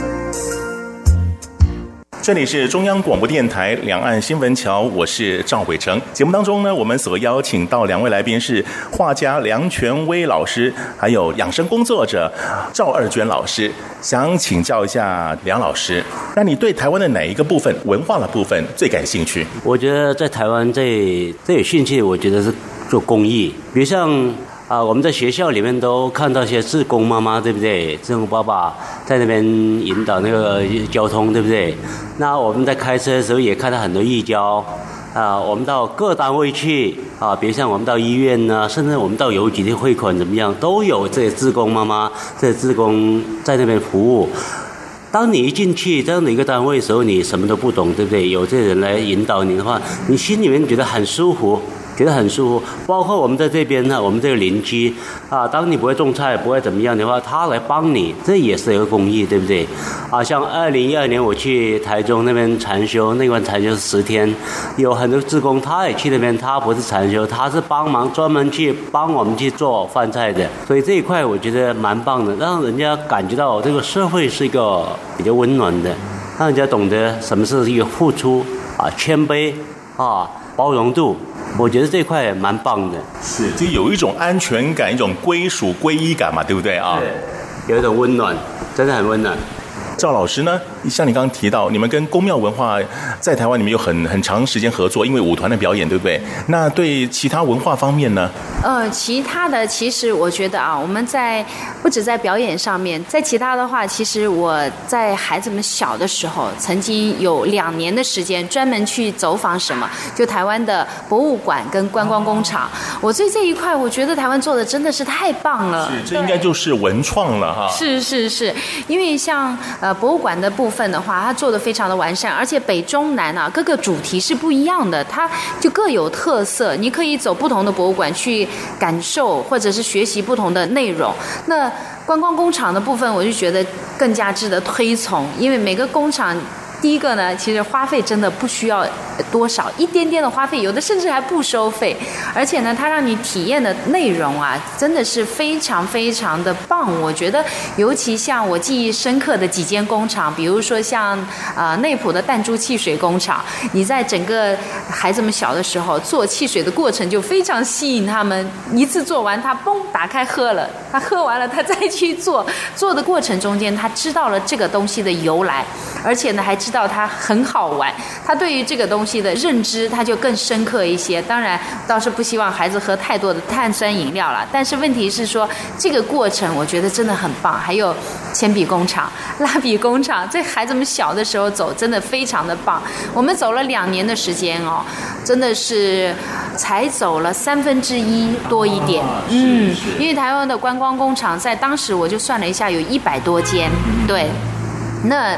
这里是中央广播电台两岸新闻桥，我是赵伟成。节目当中呢，我们所邀请到两位来宾是画家梁权威老师，还有养生工作者赵二娟老师。想请教一下梁老师，那你对台湾的哪一个部分文化的部分最感兴趣？ 我觉得在台湾最有兴趣，我觉得是做公益，比如像我们在学校里面都看到一些志工妈妈，对不对？志工爸爸在那边引导那个交通，对不对？那我们在开车的时候也看到很多义交我们到各单位去比如像我们到医院呢，甚至我们到邮局的汇款怎么样，都有这些志工妈妈、这些志工在那边服务。当你一进去这样的一个单位的时候，你什么都不懂，对不对？有这些人来引导你的话，你心里面觉得很舒服。觉得很舒服，包括我们在这边呢，我们这个邻居当你不会种菜，不会怎么样的话，他来帮你，这也是一个公益，对不对？像2012年我去台中那边禅修，那关禅修10天，有很多志工他也去那边，他不是禅修，他是帮忙专门去帮我们去做饭菜的，所以这一块我觉得蛮棒的，让人家感觉到这个社会是一个比较温暖的，让人家懂得什么是一个付出谦卑包容度。我觉得这块蛮棒的， 是就有一种安全感，一种归属归依感嘛，对不对啊？ 对，有一种温暖，真的很温暖。 赵老师呢，像你刚刚提到，你们跟宫庙文化在台湾你们有很长时间合作，因为舞团的表演，对不对？那对其他文化方面呢？ 其他的其实我觉得我们不止在表演上面，在其他的话，其实我在孩子们小的时候，曾经有2年的时间专门去走访就台湾的博物馆跟观光工厂。我对这一块，我觉得台湾做的真的是太棒了。 是，这应该就是文创了哈。 是，因为像博物馆的部分的话，它做的非常的完善，而且北中南各个主题是不一样的，它就各有特色。你可以走不同的博物馆去感受或者是学习不同的内容。那观光工厂的部分，我就觉得更加值得推崇，因为每个工厂。第一个呢，其实花费真的不需要多少，一点点的花费，有的甚至还不收费，而且呢，它让你体验的内容真的是非常非常的棒。我觉得，尤其像我记忆深刻的几间工厂，比如说像内埔的弹珠汽水工厂，你在整个孩子们小的时候做汽水的过程就非常吸引他们，一次做完他嘣打开喝了，他喝完了他再去做的过程中间，他知道了这个东西的由来，而且呢还知道它很好玩，他对于这个东西的认知他就更深刻一些。当然倒是不希望孩子喝太多的碳酸饮料了，但是问题是说这个过程我觉得真的很棒。还有铅笔工厂、蜡笔工厂，在孩子们小的时候走真的非常的棒。我们走了2年的时间真的是才走了1/3多一点。因为台湾的观光工厂在当时我就算了一下有100多间，对。那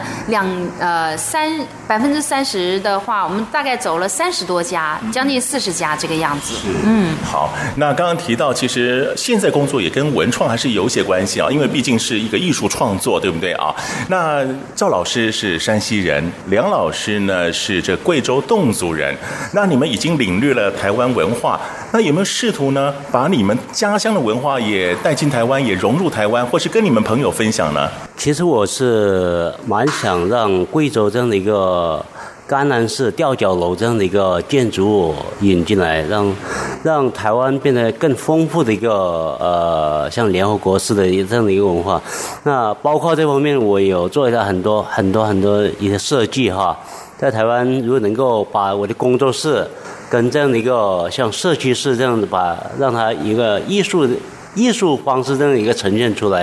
30%的话，我们大概走了30多家，将近40家这个样子。 好，那刚刚提到，其实现在工作也跟文创还是有些关系因为毕竟是一个艺术创作，对不对啊？那赵老师是山西人，梁老师呢是这贵州侗族人，那你们已经领略了台湾文化，那有没有试图呢把你们家乡的文化也带进台湾，也融入台湾，或是跟你们朋友分享呢？ 其实我是蛮想让贵州这样的一个甘南式吊脚楼这样的一个建筑物引进来，让台湾变得更丰富的一个像联合国式的这样的一个文化。那包括这方面，我有做一下很多一些设计在台湾如果能够把我的工作室跟这样的一个像社区式这样的让它一个艺术方式这样的一个呈现出来，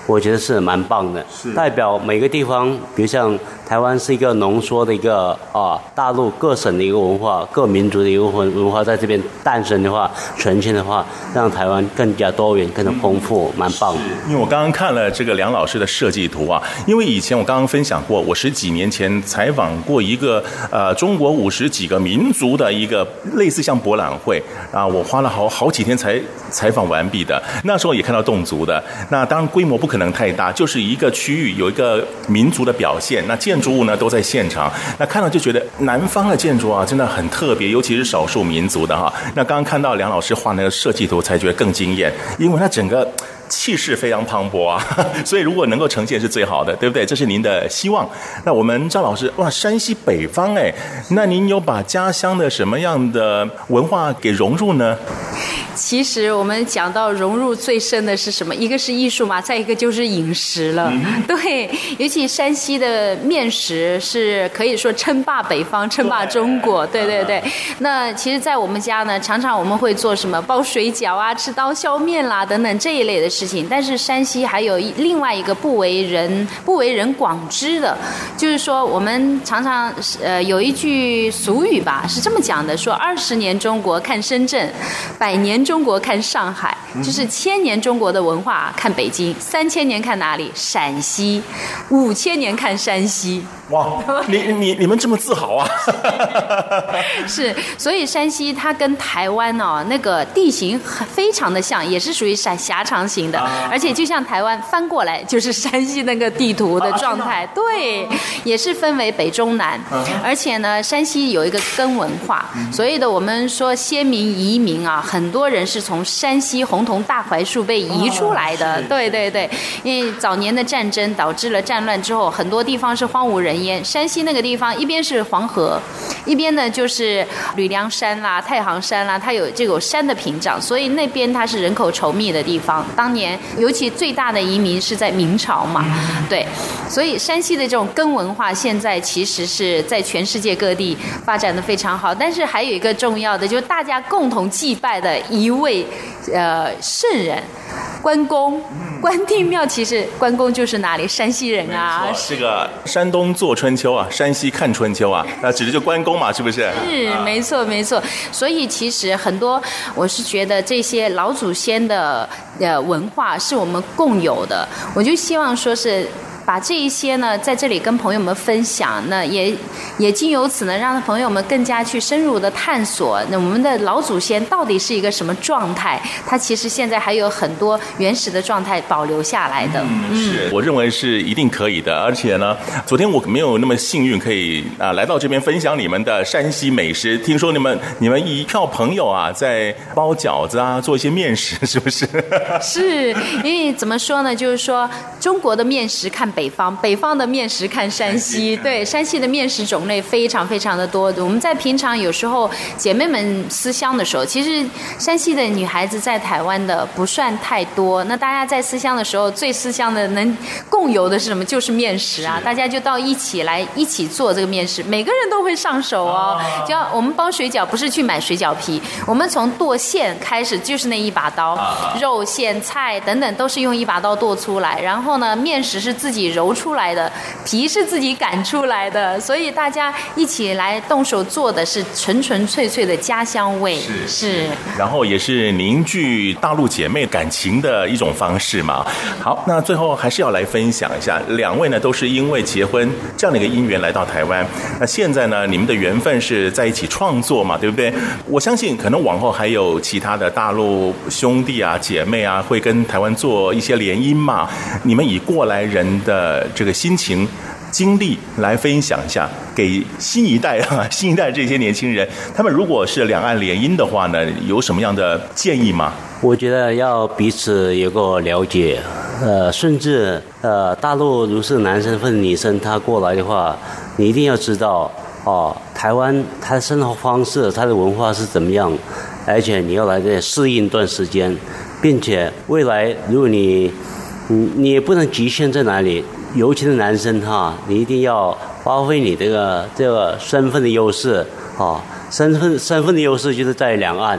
我觉得是蛮棒的，代表每个地方，比如像台湾是一个浓缩的一个大陆各省的一个文化，各民族的一个文化在这边诞生的话，呈现的话，让台湾更加多元、更加丰富，蛮棒的。 因为我刚刚看了这个梁老师的设计图啊，因为以前我刚刚分享过，我10几年前采访过一个中国50几个民族的一个类似像博览会啊，我花了好几天才采访完毕的。那时候也看到侗族的，那当然规模不可能太大，就是一个区域有一个民族的表现，那建筑物呢都在现场，那看到就觉得南方的建筑啊真的很特别，尤其是少数民族的哈。那刚刚看到梁老师画那个设计图，才觉得更惊艳，因为它整个气势非常磅礴啊，所以如果能够呈现是最好的，对不对？这是您的希望。那我们赵老师，哇，山西北方哎，那您有把家乡的什么样的文化给融入呢？ 其实我们讲到融入最深的是什么？一个是艺术嘛，再一个就是饮食了。对，尤其山西的面食是可以说称霸北方，称霸中国。对对对。那其实，在我们家呢，常常我们会做什么包水饺啊、吃刀削面啦等等这一类的事情。但是山西还有另外一个不为人广知的，就是说我们常常有一句俗语吧，是这么讲的：说20年中国看深圳，100年中国看上海，就是1000年中国的文化看北京，3000年看哪里？陕西，5000年看山西。 哇，你们这么自豪啊！ 是，所以山西它跟台湾那个地形非常的像，也是属于狭长型的，而且就像台湾翻过来就是山西那个地图的状态，对，也是分为北中南，而且呢，山西有一个根文化，所以的我们说先民移民啊，很多人是从山西洪洞大槐树被移出来的，对对对，因为早年的战争导致了战乱之后，很多地方是荒无人烟。山西那个地方，一边是黄河，一边呢就是吕梁山啦、太行山啦，它有这个山的屏障，所以那边它是人口稠密的地方。当年尤其最大的移民是在明朝嘛，对，所以山西的这种根文化现在其实是在全世界各地发展的非常好。但是还有一个重要的，就是大家共同祭拜的一位圣人。关公，关帝庙，其实关公就是哪里？山西人啊。 这个山东做春秋啊，山西看春秋啊，那指的就关公嘛，是不是？ 是，没错没错。所以其实很多，我是觉得这些老祖先的文化是我们共有的，我就希望说是。把这一些呢，在这里跟朋友们分享，那也经由此呢，让朋友们更加去深入的探索，那我们的老祖先到底是一个什么状态？它其实现在还有很多原始的状态保留下来的。 是，我认为是一定可以的。而且呢，昨天我没有那么幸运可以来到这边分享你们的山西美食。听说你们一票朋友啊，在包饺子啊，做一些面食，是不是？ 是，因为怎么说呢？就是说中国的面食看北方，北方的面食看山西，对，山西的面食种类非常非常的多。我们在平常有时候姐妹们思乡的时候，其实山西的女孩子在台湾的不算太多。那大家在思乡的时候，最思乡的能共有的是什么？就是面食啊！大家就到一起来一起做这个面食，每个人都会上手哦。就像我们包水饺，不是去买水饺皮，我们从剁馅开始，就是那一把刀，肉馅菜等等都是用一把刀剁出来，然后呢，面食是自己揉出来的，皮是自己擀出来的，所以大家一起来动手做的是纯纯粹粹的家乡味，是。 然后也是凝聚大陆姐妹感情的一种方式嘛。好，那最后还是要来分享一下，两位呢都是因为结婚这样的一个因缘来到台湾。那现在呢，你们的缘分是在一起创作嘛，对不对？我相信可能往后还有其他的大陆兄弟啊、姐妹啊，会跟台湾做一些联姻嘛。你们以过来人的这个心情经历来分享一下，给新一代这些年轻人，他们如果是两岸联姻的话呢，有什么样的建议吗？ 我觉得要彼此有个了解，甚至大陆如是男生或者女生他过来的话，你一定要知道台湾他的生活方式、他的文化是怎么样，而且你要来这适应一段时间，并且未来如果你也不能局限在哪里，尤其是男生你一定要发挥你这个身份的优势身份的优势就是在两岸，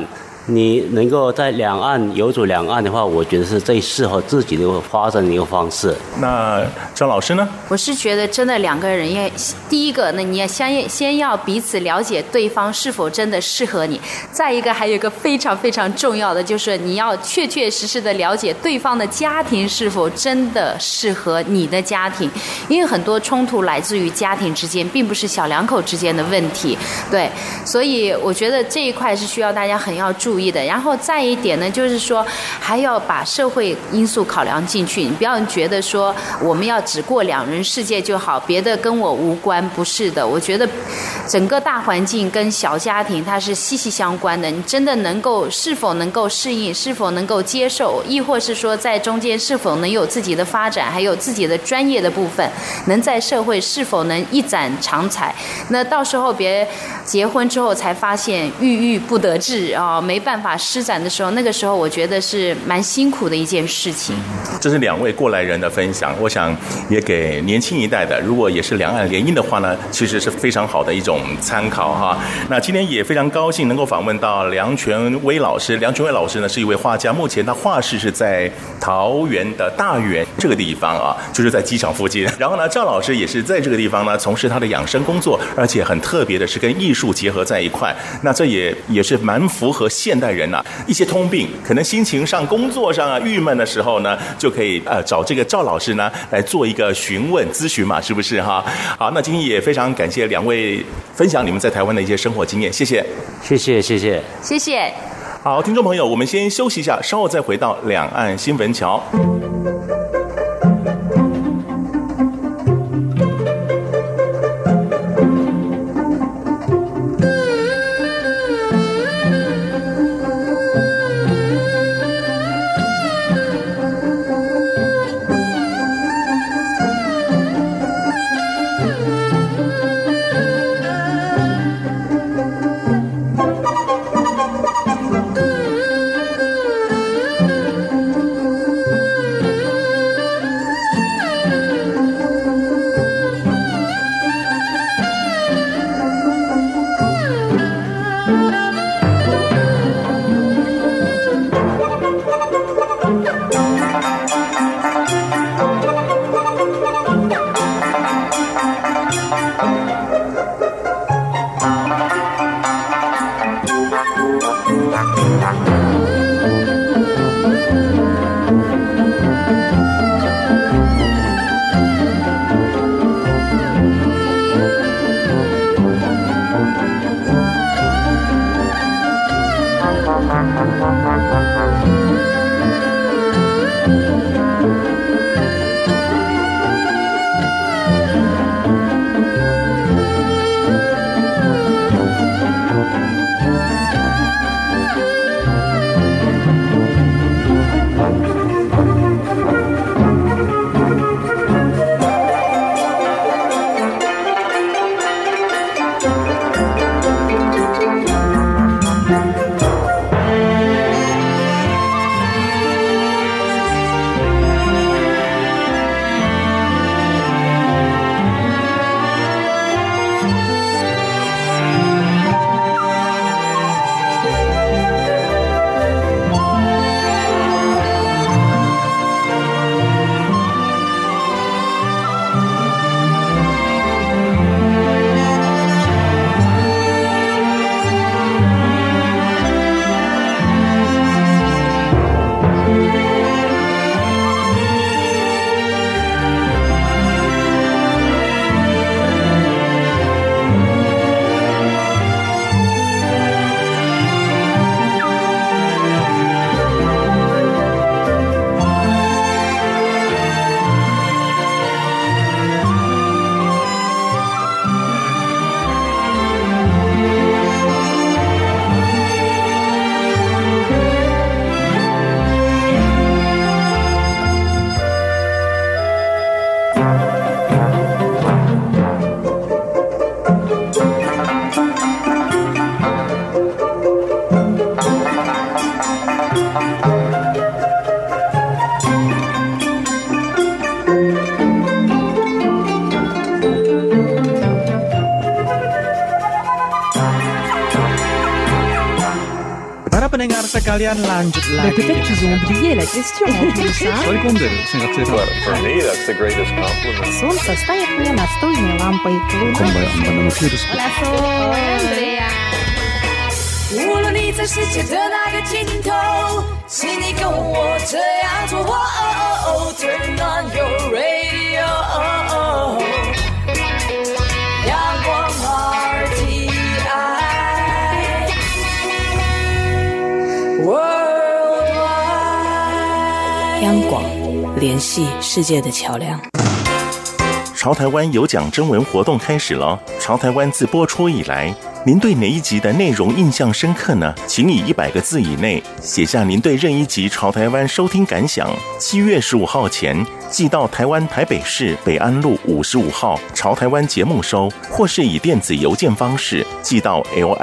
你能够在两岸游走两岸的话，我觉得是最适合自己的发展的一个方式。 那张老师呢？ 我是觉得真的两个人第一个呢，你要先要彼此了解对方是否真的适合你。再一个，还有一个非常非常重要的，就是你要确确实实的了解对方的家庭是否真的适合你的家庭，因为很多冲突来自于家庭之间，并不是小两口之间的问题。对，所以我觉得这一块是需要大家很要注意的。然后再一点呢，就是说还要把社会因素考量进去，你不要觉得说我们要只过两人世界就好，别的跟我无关，不是的。我觉得整个大环境跟小家庭它是息息相关的，你真的是否能够适应，是否能够接受，亦或是说在中间是否能有自己的发展，还有自己的专业的部分，能在社会是否能一展长才。那到时候别结婚之后才发现郁郁不得志啊，没办法施展的时候，那个时候我觉得是蛮辛苦的一件事情。 这是两位过来人的分享，我想也给年轻一代的，如果也是两岸联姻的话呢，其实是非常好的一种参考哈。那今天也非常高兴能够访问到梁权威老师。梁权威老师呢是一位画家，目前他画室是在桃园的大园这个地方啊，就是在机场附近。然后呢，赵老师也是在这个地方呢从事他的养生工作，而且很特别的是跟艺术结合在一块。那这也是蛮符合现代人一些通病，可能心情上、工作上郁闷的时候呢，就可以找这个赵老师呢来做一个询问咨询嘛，是不是哈？好，那今天也非常感谢两位分享你们在台湾的一些生活经验，谢谢， 谢谢，谢谢， 谢谢。 好，听众朋友，我们先休息一下，稍后再回到两岸新闻桥。 Para pendengar sekalian, lanjut lagi. Peut-être qu'ils ont oublié la question en plus, hein? Well, for me, that's the greatest compliment. Солнце стоит мне настольной лампой. Hola, Andrea. 无论你在世界的哪个尽头，请你跟我这样做。Turn on your radio. 阳光 RTI Worldwide。 央广联系世界的桥梁。 潮台湾有奖征文活动开始了。潮台湾自播出以来，您对哪一集的内容印象深刻呢？请以100个字以内写下您对任一集潮台湾收听感想。7月15号前寄到台湾台北市北安路55号潮台湾节目收，或是以电子邮件方式寄到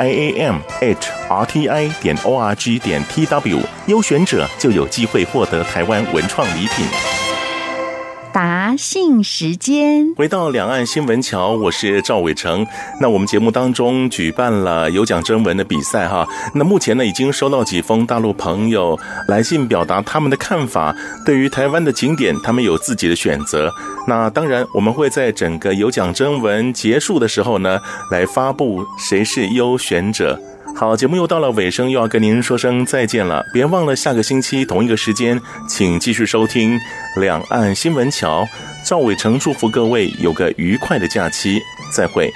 liam@rti.org.tw， 优选者就有机会获得台湾文创礼品。 答信时间， 回到两岸新闻桥，我是赵伟成。那我们节目当中举办了有奖征文的比赛哈。那目前呢，已经收到几封大陆朋友来信表达他们的看法，对于台湾的景点，他们有自己的选择。那当然，我们会在整个有奖征文结束的时候呢，来发布谁是优选者。好，节目又到了尾声，又要跟您说声再见了。别忘了下个星期同一个时间，请继续收听两岸新闻桥。赵伟成祝福各位有个愉快的假期，再会。